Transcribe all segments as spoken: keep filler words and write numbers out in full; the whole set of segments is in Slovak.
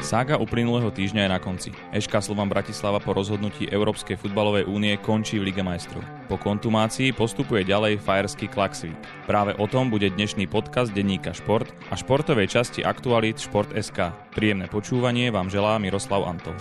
Sága uplynulého týždňa je na konci. é ká Slovan Bratislava po rozhodnutí Európskej futbalovej únie končí v Lige majstrov. Po kontumácii postupuje ďalej Fajerský Klaksvík. Práve o tom bude dnešný podcast denníka Šport a športovej časti aktualít Šport bodka es ká. Príjemné počúvanie vám želá Miroslav Antol.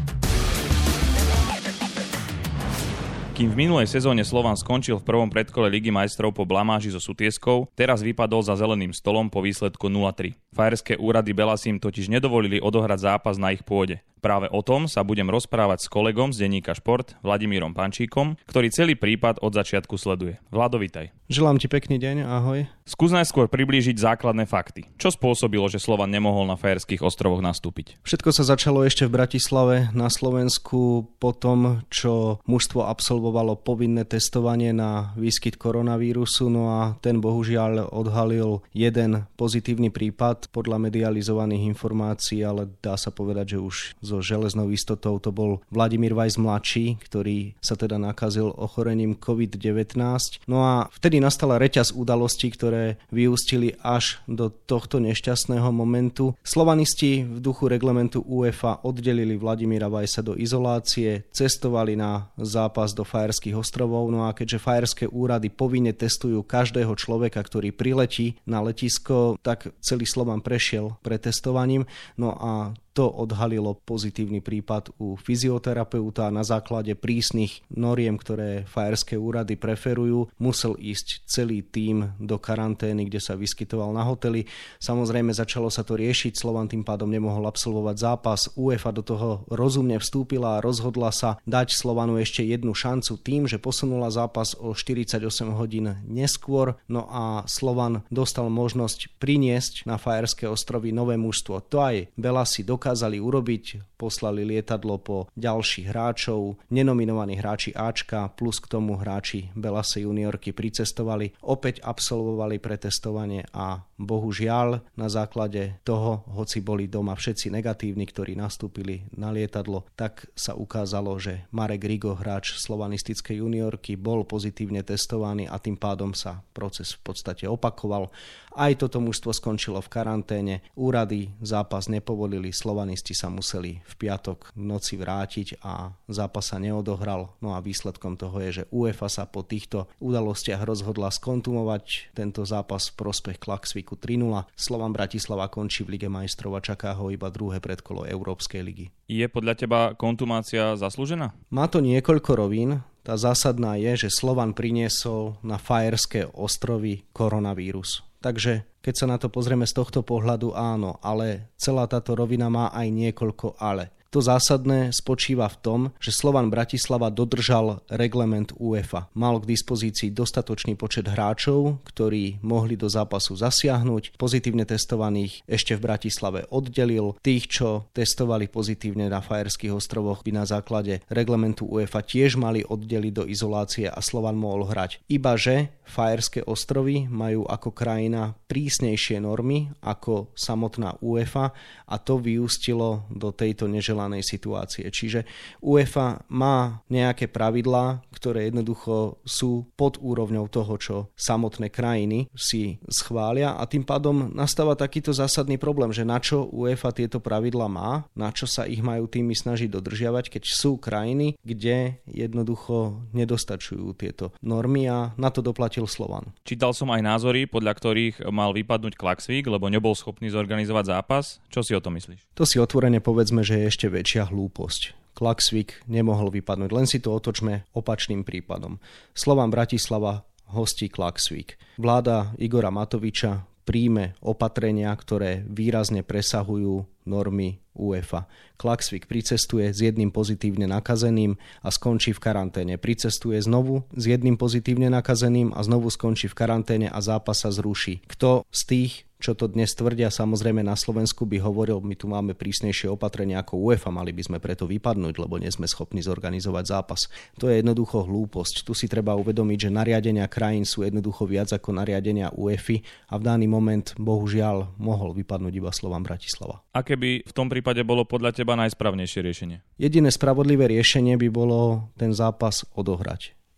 Kým v minulej sezóne Slovan skončil v prvom predkole Ligy majstrov po blamáži so Sutieskou, teraz vypadol za zeleným stolom po výsledku nula tri. Fajerské úrady Belasím totiž nedovolili odohrať zápas na ich pôde. Práve o tom sa budem rozprávať s kolegom z denníka Šport, Vladimírom Pančíkom, ktorý celý prípad od začiatku sleduje. Vlado, vitaj. Želám ti pekný deň, ahoj. Skús najskôr priblížiť základné fakty. Čo spôsobilo, že Slovan nemohol na Fajerských ostrovoch nastúpiť? Všetko sa začalo ešte v Bratislave na Slovensku po tom, čo mužstvo absolvovalo povinné testovanie na výskyt koronavírusu, no a ten bohužiaľ odhalil jeden pozitívny prípad podľa medializovaných informácií, ale dá sa povedať, že už so železnou istotou to bol Vladimír Vajs mladší, ktorý sa teda nakazil ochorením covid devätnásť. No a vtedy nastala reťaz udalostí, ktoré vyústili až do tohto nešťastného momentu. Slovanisti v duchu reglementu UEFA oddelili Vladimíra Vajsa do izolácie, cestovali na zápas do Fajerských ostrovov, no a keďže fajerské úrady povinne testujú každého človeka, ktorý priletí na letisko, tak celý Slovan prešiel pretestovaním, no a to odhalilo pozitívny prípad u fyzioterapeuta a na základe prísnych noriem, ktoré fajerské úrady preferujú, musel ísť celý tím do karantény, kde sa vyskytoval na hoteli. Samozrejme začalo sa to riešiť, Slovan tým pádom nemohol absolvovať zápas. UEFA do toho rozumne vstúpila a rozhodla sa dať Slovanu ešte jednu šancu tým, že posunula zápas o štyridsaťosem hodín neskôr, no a Slovan dostal možnosť priniesť na Fajerské ostrovy nové mužstvo. To aj Belasi dokázali urobiť, poslali lietadlo po ďalších hráčov, nenominovaní hráči Ačka plus k tomu hráči Belase juniorky pricestovali, opäť absolvovali pretestovanie a bohužiaľ na základe toho, hoci boli doma všetci negatívni, ktorí nastúpili na lietadlo, tak sa ukázalo, že Marek Rigo, hráč slovanistickej juniorky, bol pozitívne testovaný a tým pádom sa proces v podstate opakoval. Aj toto mužstvo skončilo v karanténe, úrady zápas nepovolili, slovanisti sa museli v piatok v noci vrátiť a zápas sa neodohral. No a výsledkom toho je, že UEFA sa po týchto udalostiach rozhodla skontumovať tento zápas v prospech Klaksvíku tri nula. Slovan Bratislava končí v Lige majstrov a čaká ho iba druhé predkolo Európskej ligy. Je podľa teba kontumácia zaslúžená? Má to niekoľko rovín. Tá zásadná je, že Slovan priniesol na Fajerské ostrovy koronavírus. Takže keď sa na to pozrieme z tohto pohľadu, áno, ale celá táto rovina má aj niekoľko ale. To zásadné spočíva v tom, že Slovan Bratislava dodržal reglement UEFA. Mal k dispozícii dostatočný počet hráčov, ktorí mohli do zápasu zasiahnuť. Pozitívne testovaných ešte v Bratislave oddelil. Tých, čo testovali pozitívne na Fajerských ostrovoch, by na základe reglementu UEFA tiež mali oddeliť do izolácie a Slovan mohol hrať. Ibaže Fajerské ostrovy majú ako krajina prísnejšie normy ako samotná UEFA a to vyústilo do tejto neželanej situácie. Čiže UEFA má nejaké pravidlá, ktoré jednoducho sú pod úrovňou toho, čo samotné krajiny si schvália a tým pádom nastáva takýto zásadný problém, že na čo UEFA tieto pravidlá má, na čo sa ich majú týmy snažiť dodržiavať, keď sú krajiny, kde jednoducho nedostačujú tieto normy a na to doplatil Slovan. Čítal som aj názory, podľa ktorých mal vypadnúť Klaksvík, lebo nebol schopný zorganizovať zápas. Čo si o tom myslíš? To si otvorene povedzme, že je ešte väčšia hlúposť. Klaksvík nemohol vypadnúť, len si to otočme opačným prípadom. Slovan Bratislava hostí Klaksvík. Vláda Igora Matoviča príjme opatrenia, ktoré výrazne presahujú normy UEFA. Klaksvík pricestuje s jedným pozitívne nakazeným a skončí v karanténe. Pricestuje znovu s jedným pozitívne nakazeným a znovu skončí v karanténe a zápas sa zruší. Kto z tých, čo to dnes tvrdia, samozrejme na Slovensku by hovoril, my tu máme prísnejšie opatrenia ako UEFA, mali by sme preto vypadnúť, lebo nie sme schopní zorganizovať zápas. To je jednoducho hlúposť. Tu si treba uvedomiť, že nariadenia krajín sú jednoducho viac ako nariadenia UEFA a v daný moment bohužiaľ mohol vypadnúť iba Slovan Bratislava. Aké by v tom prípade bolo podľa teba najsprávnejšie riešenie? Jediné spravodlivé riešenie by bolo ten zápas odohrať.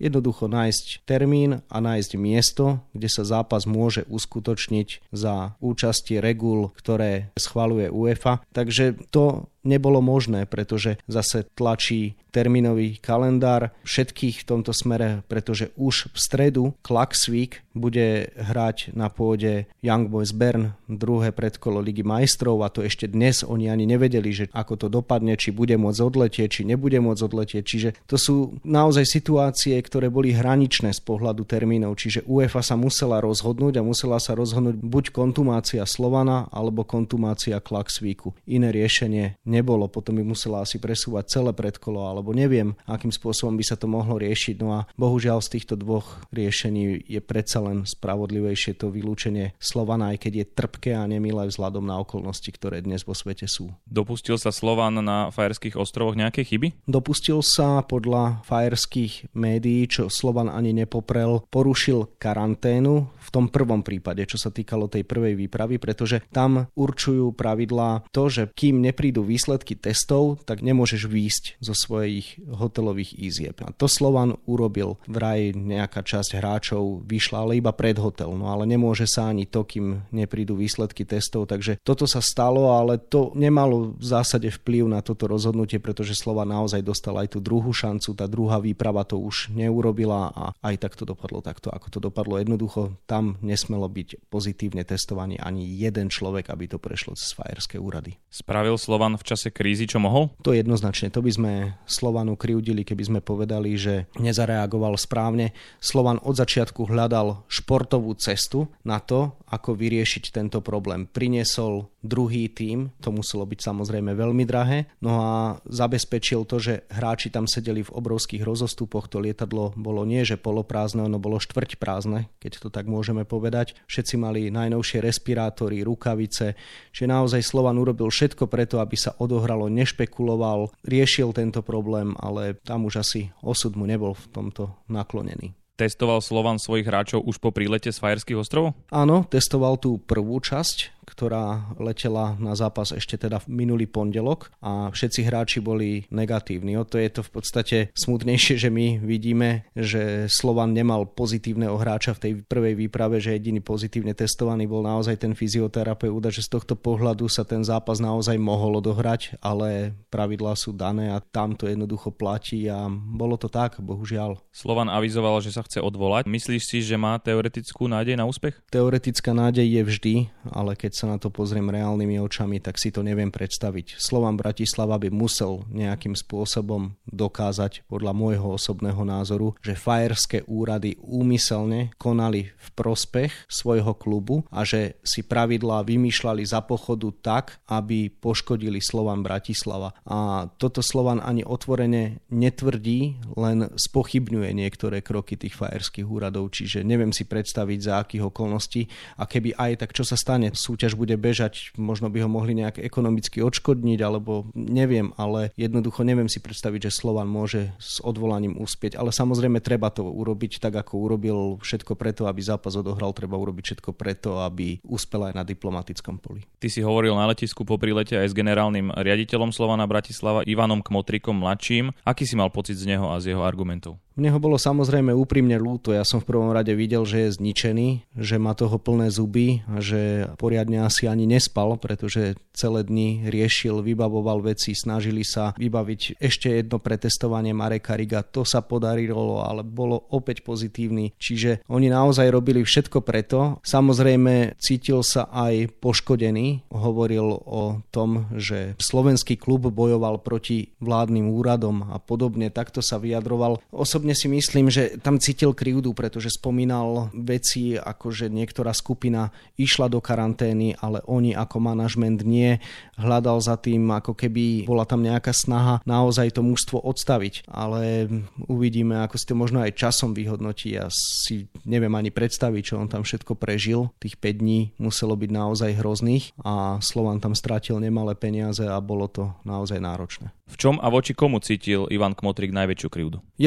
jednoducho nájsť termín a nájsť miesto, kde sa zápas môže uskutočniť za účasti regúl, ktoré schvaľuje UEFA. Takže to nebolo možné, pretože zase tlačí termínový kalendár všetkých v tomto smere, pretože už v stredu Klaksvík bude hrať na pôde Young Boys Bern druhé predkolo Ligy majstrov a to ešte dnes oni ani nevedeli, že ako to dopadne, či bude môcť odletieť, či nebude môcť odletieť. Čiže to sú naozaj situácie, ktoré boli hraničné z pohľadu termínov, čiže UEFA sa musela rozhodnúť a musela sa rozhodnúť buď kontumácia Slovana alebo kontumácia Klaksvíku. Iné riešenie nebolo, potom by musela asi presúvať celé predkolo, alebo neviem, akým spôsobom by sa to mohlo riešiť. No a bohužiaľ z týchto dvoch riešení je predsa len spravodlivejšie to vylúčenie Slovana, aj keď je trpké a nemilé vzhľadom na okolnosti, ktoré dnes vo svete sú. Dopustil sa Slovan na Fajerských ostrovoch nejaké chyby? Dopustil sa podľa fajerských médií, čo Slovan ani nepoprel, porušil karanténu v tom prvom prípade, čo sa týkalo tej prvej výpravy, pretože tam určujú pravidlá to, že kým neprídu výsledky testov, tak nemôžeš výjsť zo svojich hotelových izieb. A to Slovan urobil. Vraj nejaká časť hráčov vyšla, ale iba pred hotel. No ale nemôže sa ani to, kým neprídu výsledky testov. Takže toto sa stalo, ale to nemalo v zásade vplyv na toto rozhodnutie, pretože Slovan naozaj dostal aj tú druhú šancu. Tá druhá výprava to už neurobila a aj tak to dopadlo takto, ako to dopadlo. Jednoducho tam nesmelo byť pozitívne testovaný ani jeden človek, aby to prešlo cez fajerské úrady. Spravil Slovan v čase krízy, čo mohol? To jednoznačne. To by sme Slovanu krivdili, keby sme povedali, že nezareagoval správne. Slovan od začiatku hľadal športovú cestu na to, ako vyriešiť tento problém. Priniesol druhý tím, to muselo byť samozrejme veľmi drahé, no a zabezpečil to, že hráči tam sedeli v obrovských rozostupoch, to lietadlo bolo nie že poloprázdne, ono bolo štvrť prázdne, keď to tak môžeme povedať. Všetci mali najnovšie respirátory, rukavice, čiže naozaj Slovan urobil všetko preto, aby sa odohralo, nešpekuloval, riešil tento problém, ale tam už asi osud mu nebol v tomto naklonený. Testoval Slovan svojich hráčov už po prílete z Fajerských ostrovov? Áno, testoval tú prvú časť, ktorá letela na zápas ešte teda minulý pondelok a všetci hráči boli negatívni. O to je to v podstate smutnejšie, že my vidíme, že Slovan nemal pozitívneho hráča v tej prvej výprave, že jediný pozitívne testovaný bol naozaj ten fyzioterapeut a že z tohto pohľadu sa ten zápas naozaj mohol odohrať, ale pravidlá sú dané a tam to jednoducho platí a bolo to tak, bohužiaľ. Slovan avizoval, že sa chce odvolať. Myslíš si, že má teoretickú nádej na úspech? Teoretická nádej je vždy, ale keď sa na to pozriem reálnymi očami, tak si to neviem predstaviť. Slovan Bratislava by musel nejakým spôsobom dokázať, podľa môjho osobného názoru, že fajerské úrady úmyselne konali v prospech svojho klubu a že si pravidlá vymýšľali za pochodu tak, aby poškodili Slovan Bratislava. A toto Slovan ani otvorene netvrdí, len spochybňuje niektoré kroky tých fajerských úradov, čiže neviem si predstaviť, za akých okolností a keby aj, tak čo sa stane? Súťaž bude bežať, možno by ho mohli nejak ekonomicky odškodniť, alebo neviem, ale jednoducho neviem si predstaviť, že Slovan môže s odvolaním uspieť, ale samozrejme treba to urobiť tak, ako urobil všetko preto, aby zápas odohral, treba urobiť všetko preto, aby uspel aj na diplomatickom poli. Ty si hovoril na letisku po prílete aj s generálnym riaditeľom Slovana Bratislava Ivanom Kmotrikom mladším. Aký si mal pocit z neho a z jeho argumentov? Mne ho bolo samozrejme úprimne ľúto. Ja som v prvom rade videl, že je zničený, že má toho plné zuby a že poriadne asi ani nespal, pretože celé dni riešil, vybavoval veci, snažili sa vybaviť ešte jedno pretestovanie Mareka Riga. To sa podarilo, ale bolo opäť pozitívny. Čiže oni naozaj robili všetko preto. Samozrejme cítil sa aj poškodený. Hovoril o tom, že slovenský klub bojoval proti vládnym úradom a podobne. Takto sa vyjadroval. Osobne si myslím, že tam cítil krivdu, pretože spomínal veci, ako že niektorá skupina išla do karantény, ale oni ako manažment nie. Hľadal za tým, ako keby bola tam nejaká snaha naozaj to mužstvo odstaviť. Ale uvidíme, ako si to možno aj časom vyhodnotí. Ja si neviem ani predstaviť, čo on tam všetko prežil. Tých päť dní muselo byť naozaj hrozných a Slovan tam strátil nemalé peniaze a bolo to naozaj náročné. V čom a voči komu cítil Ivan Kmotrik najväčšiu krivdu? Jednoznačne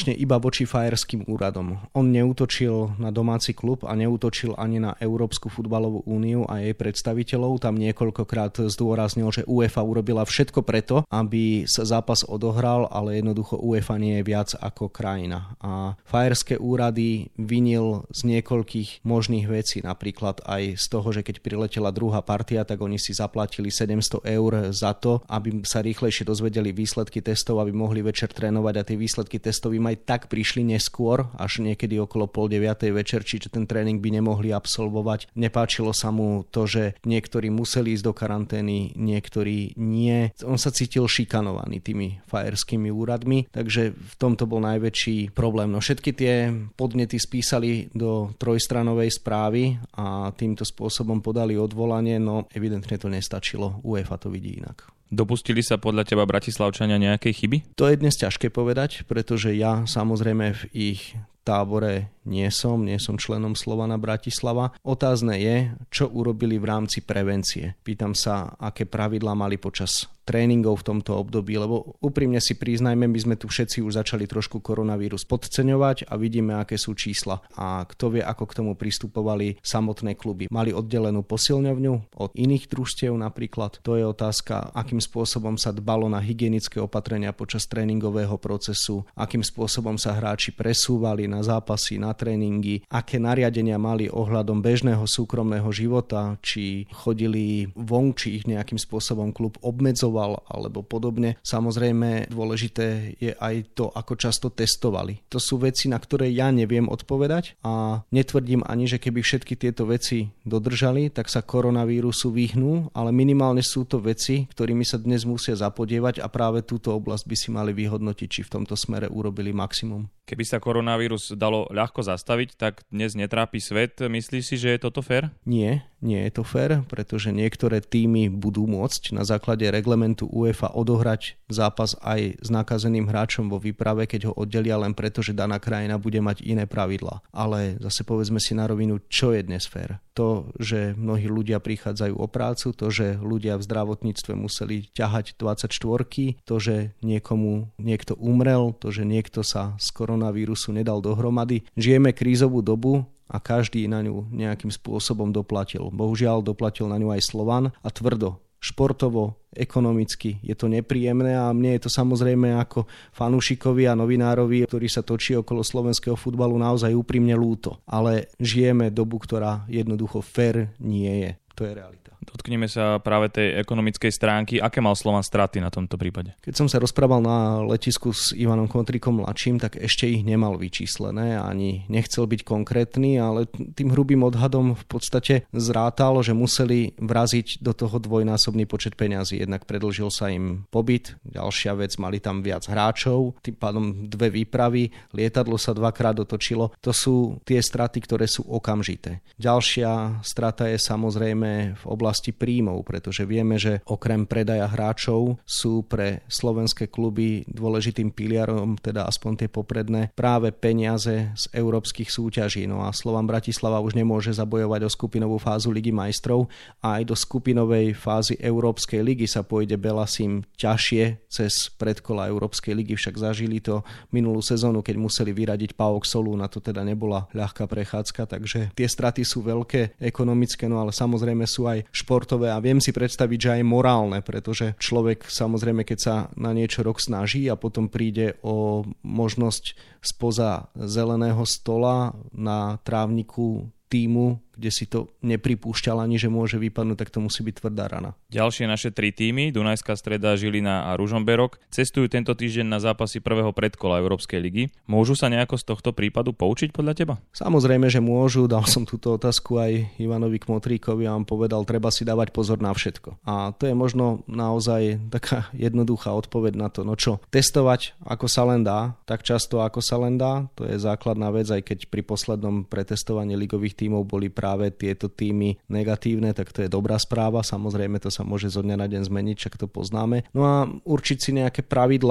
výlučne iba voči fajerským úradom. On neútočil na domáci klub a neútočil ani na Európsku futbalovú úniu a jej predstaviteľov. Tam niekoľkokrát zdôraznil, že UEFA urobila všetko preto, aby sa zápas odohral, ale jednoducho UEFA nie je viac ako krajina. A fajerské úrady vinil z niekoľkých možných vecí, napríklad aj z toho, že keď priletela druhá partia, tak oni si zaplatili sedemsto eur za to, aby sa rýchlejšie dozvedeli výsledky testov, aby mohli večer trénovať a tie výsledky testov im aj tak prišli neskôr, až niekedy okolo pol deviatej večer, čiže ten tréning by nemohli absolvovať. Nepáčilo sa mu to, že niektorí museli ísť do karantény, niektorí nie. On sa cítil šikanovaný tými fajerskými úradmi, takže v tomto bol najväčší problém. No všetky tie podnety spísali do trojstranovej správy a týmto spôsobom podali odvolanie, no evidentne to nestačilo. UEFA to vidí inak. Dopustili sa podľa teba Bratislavčania nejakej chyby? To je dnes ťažké povedať, pretože ja samozrejme v ich tábore nie som, nie som členom Slovana Bratislava. Otázne je, čo urobili v rámci prevencie. Pýtam sa, aké pravidlá mali počas tréningov v tomto období, lebo úprimne si priznajme, my sme tu všetci už začali trošku koronavírus podceňovať a vidíme, aké sú čísla. A kto vie, ako k tomu pristupovali samotné kluby. Mali oddelenú posilňovňu od iných družstiev napríklad. To je otázka, akým spôsobom sa dbalo na hygienické opatrenia počas tréningového procesu, akým spôsobom sa hráči presúvali na zápasy, na tréningy, aké nariadenia mali ohľadom bežného súkromného života, či chodili von, či ich nejakým spôsobom klub obmedzoval alebo podobne. Samozrejme dôležité je aj to, ako často testovali. To sú veci, na ktoré ja neviem odpovedať a netvrdím ani, že keby všetky tieto veci dodržali, tak sa koronavírusu vyhnú, ale minimálne sú to veci, ktorými sa dnes musia zapodievať a práve túto oblasť by si mali vyhodnotiť, či v tomto smere urobili maximum. Keby sa koronavírus dalo ľahko zastaviť, tak dnes netrápi svet. Myslíš si, že je toto fér? Nie, nie je to fér, pretože niektoré tímy budú môcť na základe reglementu UEFA odohrať zápas aj s nakazeným hráčom vo výprave, keď ho oddelia len preto, že daná krajina bude mať iné pravidlá. Ale zase povedzme si na rovinu, čo je dnes fér. To, že mnohí ľudia prichádzajú o prácu, to, že ľudia v zdravotníctve museli ťahať dvadsaťštyri, to, že niekomu niekto umrel, to, že niekto sa z koronavírusu nedal dohromady. Žijeme krízovú dobu a každý na ňu nejakým spôsobom doplatil. Bohužiaľ doplatil na ňu aj Slovan a tvrdo. Športovo, ekonomicky je to nepríjemné a mne je to samozrejme ako fanúšikovi a novinárovi, ktorý sa točí okolo slovenského futbalu, naozaj úprimne ľúto. Ale žijeme dobu, ktorá jednoducho fér nie je. To je realita. Dotkneme sa práve tej ekonomickej stránky. Aké mal Slovan straty na tomto prípade? Keď som sa rozprával na letisku s Ivanom Kmotrikom mladším, tak ešte ich nemal vyčíslené, ani nechcel byť konkrétny, ale tým hrubým odhadom v podstate zrátal, že museli vraziť do toho dvojnásobný počet peňazí. Jednak predĺžil sa im pobyt, ďalšia vec, mali tam viac hráčov, tým pádom dve výpravy, lietadlo sa dvakrát dotočilo. To sú tie straty, ktoré sú okamžité. Ďalšia strata je samozrejme v oblasti príjmov, pretože vieme, že okrem predaja hráčov sú pre slovenské kluby dôležitým piliarom, teda aspoň tie popredné, práve peniaze z európskych súťaží. No a Slovan Bratislava už nemôže zabojovať o skupinovú fázu Ligy majstrov a aj do skupinovej fázy Európskej ligy sa pôjde Belasím ťažšie cez predkola Európskej ligy, však zažili to minulú sezónu, keď museli vyradiť PAOK Solún, na to teda nebola ľahká prechádzka, takže tie straty sú veľké ekonomické, no ale samozrejme sú aj športové a viem si predstaviť, že aj morálne, pretože človek samozrejme, keď sa na niečo rok snaží a potom príde o možnosť spoza zeleného stola na trávniku tímu, kde si to nepripúšťal ani, že môže vypadnúť, tak to musí byť tvrdá rana. Ďalšie naše tri tímy, Dunajská Streda, Žilina a Ružomberok, cestujú tento týždeň na zápasy prvého predkola Európskej ligy. Môžu sa nejako z tohto prípadu poučiť podľa teba? Samozrejme, že môžu. Dal som túto otázku aj Ivanovi Kmotríkovi a on povedal, treba si dávať pozor na všetko. A to je možno naozaj taká jednoduchá odpoveď na to, no čo, testovať ako sa len dá, tak často ako sa len dá, to je základná vec, aj keď pri poslednom pretestovaní ligových tímov boli práve tieto týmy negatívne, tak to je dobrá správa. Samozrejme, to sa môže zo dňa na deň zmeniť, však to poznáme. No a určiť si nejaké pravidlá,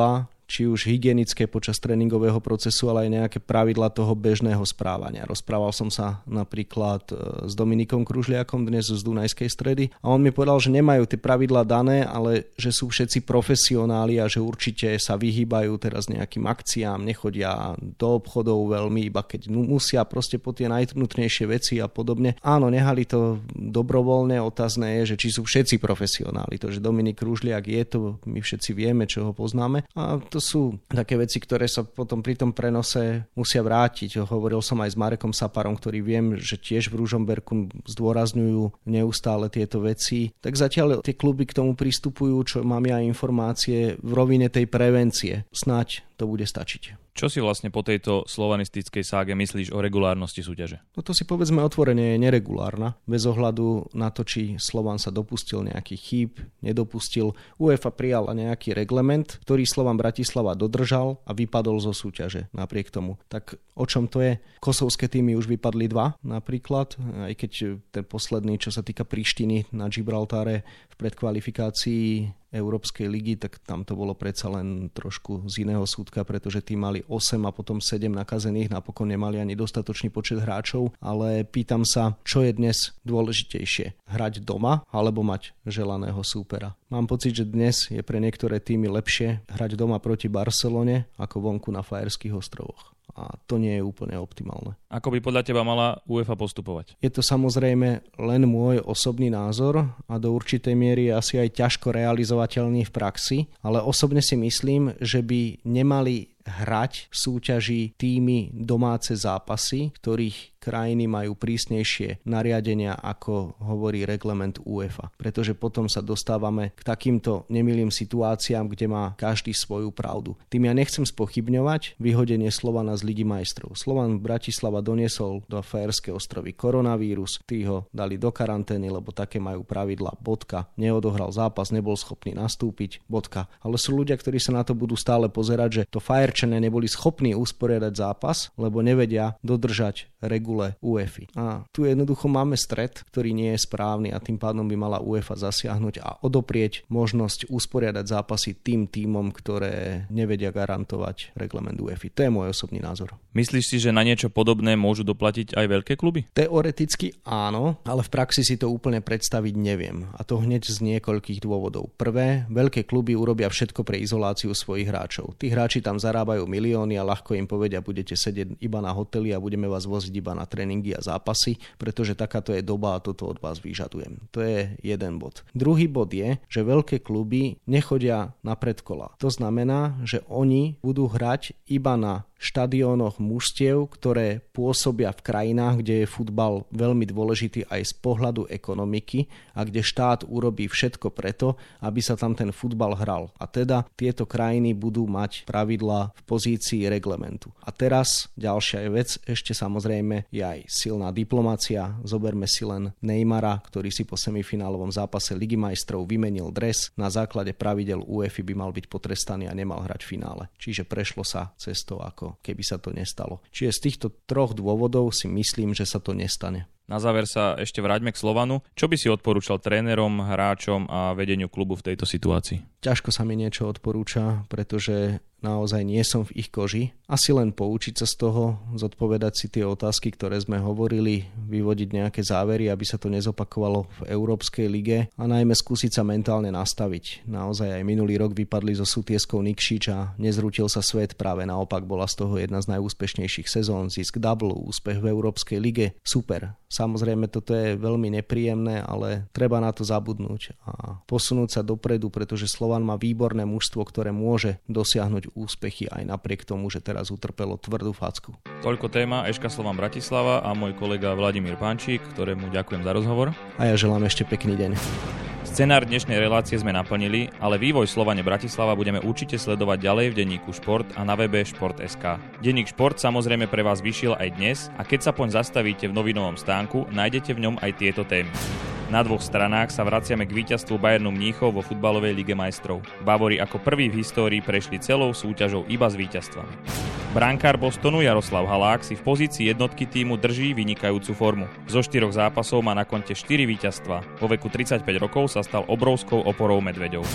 či už hygienické počas tréningového procesu, ale aj nejaké pravidlá toho bežného správania. Rozprával som sa napríklad s Dominikom Kružliakom dnes z Dunajskej Stredy a on mi povedal, že nemajú tie pravidlá dané, ale že sú všetci profesionáli a že určite sa vyhýbajú teraz nejakým akciám, nechodia do obchodov veľmi, iba keď musia proste po tie najnutnejšie veci a podobne. Áno, nehali to dobrovoľne, otázne je, že či sú všetci profesionáli. To, že Dominik Kružliak je to, my všetci vieme, čo ho poznáme. A to sú také veci, ktoré sa potom pri tom prenose musia vrátiť. Hovoril som aj s Marekom Saparom, ktorý viem, že tiež v Ružomberku zdôrazňujú neustále tieto veci. Tak zatiaľ tie kluby k tomu pristupujú, čo mám ja informácie v rovine tej prevencie. Snáď to bude stačiť. Čo si vlastne po tejto slovanistickej ságe myslíš o regulárnosti súťaže? No to si povedzme otvorene je neregulárna. Bez ohľadu na to, či Slovan sa dopustil nejaký chýb, nedopustil. UEFA prijala nejaký reglement, ktorý Slovan Bratislava dodržal a vypadol zo súťaže napriek tomu. Tak o čom to je? Kosovské týmy už vypadli dva napríklad, aj keď ten posledný, čo sa týka Prištiny na Gibraltáre v predkvalifikácii Európskej ligy, tak tam to bolo predsa len trošku z iného súdka, pretože tí mali osem a potom sedem nakazených, napokon nemali ani dostatočný počet hráčov, ale pýtam sa, čo je dnes dôležitejšie? Hrať doma alebo mať želaného súpera? Mám pocit, že dnes je pre niektoré týmy lepšie hrať doma proti Barcelone ako vonku na Fajerských ostrovoch. A to nie je úplne optimálne. Ako by podľa teba mala UEFA postupovať? Je to samozrejme len môj osobný názor a do určitej miery je asi aj ťažko realizovateľný v praxi, ale osobne si myslím, že by nemali hrať v súťaži týmy domáce zápasy, ktorých krajiny majú prísnejšie nariadenia, ako hovorí reglement UEFA. Pretože potom sa dostávame k takýmto nemilým situáciám, kde má každý svoju pravdu. Tým ja nechcem spochybňovať vyhodenie Slovana z Ligy majstrov. Slovan Bratislava doniesol do Fajerské ostrovy koronavírus, tí ho dali do karantény, lebo také majú pravidlá, bodka. Neodohral zápas, nebol schopný nastúpiť, bodka. Ale sú ľudia, ktorí sa na to budú stále pozerať, že to Fajerčania neboli schopní usporiadať zápas, lebo nevedia dodržať regule UEFA. A tu jednoducho máme stret, ktorý nie je správny a tým pádom by mala UEFA zasiahnuť a odoprieť možnosť usporiadať zápasy tým tímom, ktoré nevedia garantovať reglement UEFA. To je môj osobný názor. Myslíš si, že na niečo podobné môžu doplatiť aj veľké kluby? Teoreticky áno, ale v praxi si to úplne predstaviť neviem. A to hneď z niekoľkých dôvodov. Prvé, veľké kluby urobia všetko pre izoláciu svojich hráčov. Tí hráči tam zarábajú milióny a ľahko im povedia, budete sedieť iba na hoteli a budeme vás voziť iba na tréningy a zápasy, pretože takáto je doba a toto od vás vyžadujem. To je jeden bod. Druhý bod je, že veľké kluby nechodia na predkola. To znamená, že oni budú hrať iba na štadiónoch mužstiev, ktoré pôsobia v krajinách, kde je futbal veľmi dôležitý aj z pohľadu ekonomiky a kde štát urobí všetko preto, aby sa tam ten futbal hral. A teda tieto krajiny budú mať pravidlá v pozícii reglementu. A teraz ďalšia vec, ešte samozrejme je aj silná diplomacia. Zoberme si len Neymara, ktorý si po semifinálovom zápase Ligy majstrov vymenil dres. Na základe pravidel UEFA by mal byť potrestaný a nemal hrať v finále. Čiže prešlo sa cestou ako keby sa to nestalo. Čiže z týchto troch dôvodov si myslím, že sa to nestane. Na záver sa ešte vráťme k Slovanu. Čo by si odporúčal trénerom, hráčom a vedeniu klubu v tejto situácii? Ťažko sa mi niečo odporúča, pretože naozaj nie som v ich koži. Asi len poučiť sa z toho, zodpovedať si tie otázky, ktoré sme hovorili, vyvodiť nejaké závery, aby sa to nezopakovalo v Európskej lige a najmä skúsiť sa mentálne nastaviť. Naozaj aj minulý rok vypadli zo sútieskou Nikšič a nezrútil sa svet, práve naopak bola z toho jedna z najúspešnejších sezón, zisk double, úspech v Európskej lige. Super. Samozrejme, toto je veľmi nepríjemné, ale treba na to zabudnúť a posunúť sa dopredu, pretože Slovan má výborné mužstvo, ktoré môže dosiahnuť úspechy aj napriek tomu, že teraz utrpelo tvrdú facku. Toľko téma eška Slovan Bratislava a môj kolega Vladimír Pančík, ktorému ďakujem za rozhovor. A ja želám ešte pekný deň. Scenár dnešnej relácie sme naplnili, ale vývoj Slovane Bratislava budeme určite sledovať ďalej v denníku Šport a na webe šport bodka es ká. Denník Šport samozrejme pre vás vyšiel aj dnes a keď sa poň zastavíte v novinovom stánku, nájdete v ňom aj tieto témy. Na dvoch stranách sa vraciame k víťazstvu Bayernu Mníchov vo futbalovej lige majstrov. Bávori ako prví v histórii prešli celou súťažou iba s víťazstvami. Brankár Bostonu Jaroslav Halák si v pozícii jednotky tímu drží vynikajúcu formu. Zo štyroch zápasov má na konte štyri víťazstvá. Vo veku tridsaťpäť rokov sa stal obrovskou oporou medveďov.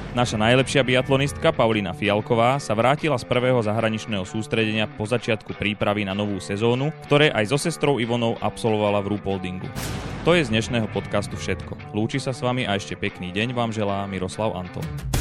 Naša najlepšia biatlonistka Paulína Fialková sa vrátila z prvého zahraničného sústredenia po začiatku prípravy na novú sezónu, ktoré aj so sestrou Ivonou absolvovala v Ruhpoldingu. To je z dnešného podcastu všetko. Lúči sa s vami a ešte pekný deň vám želá Miroslav Antol.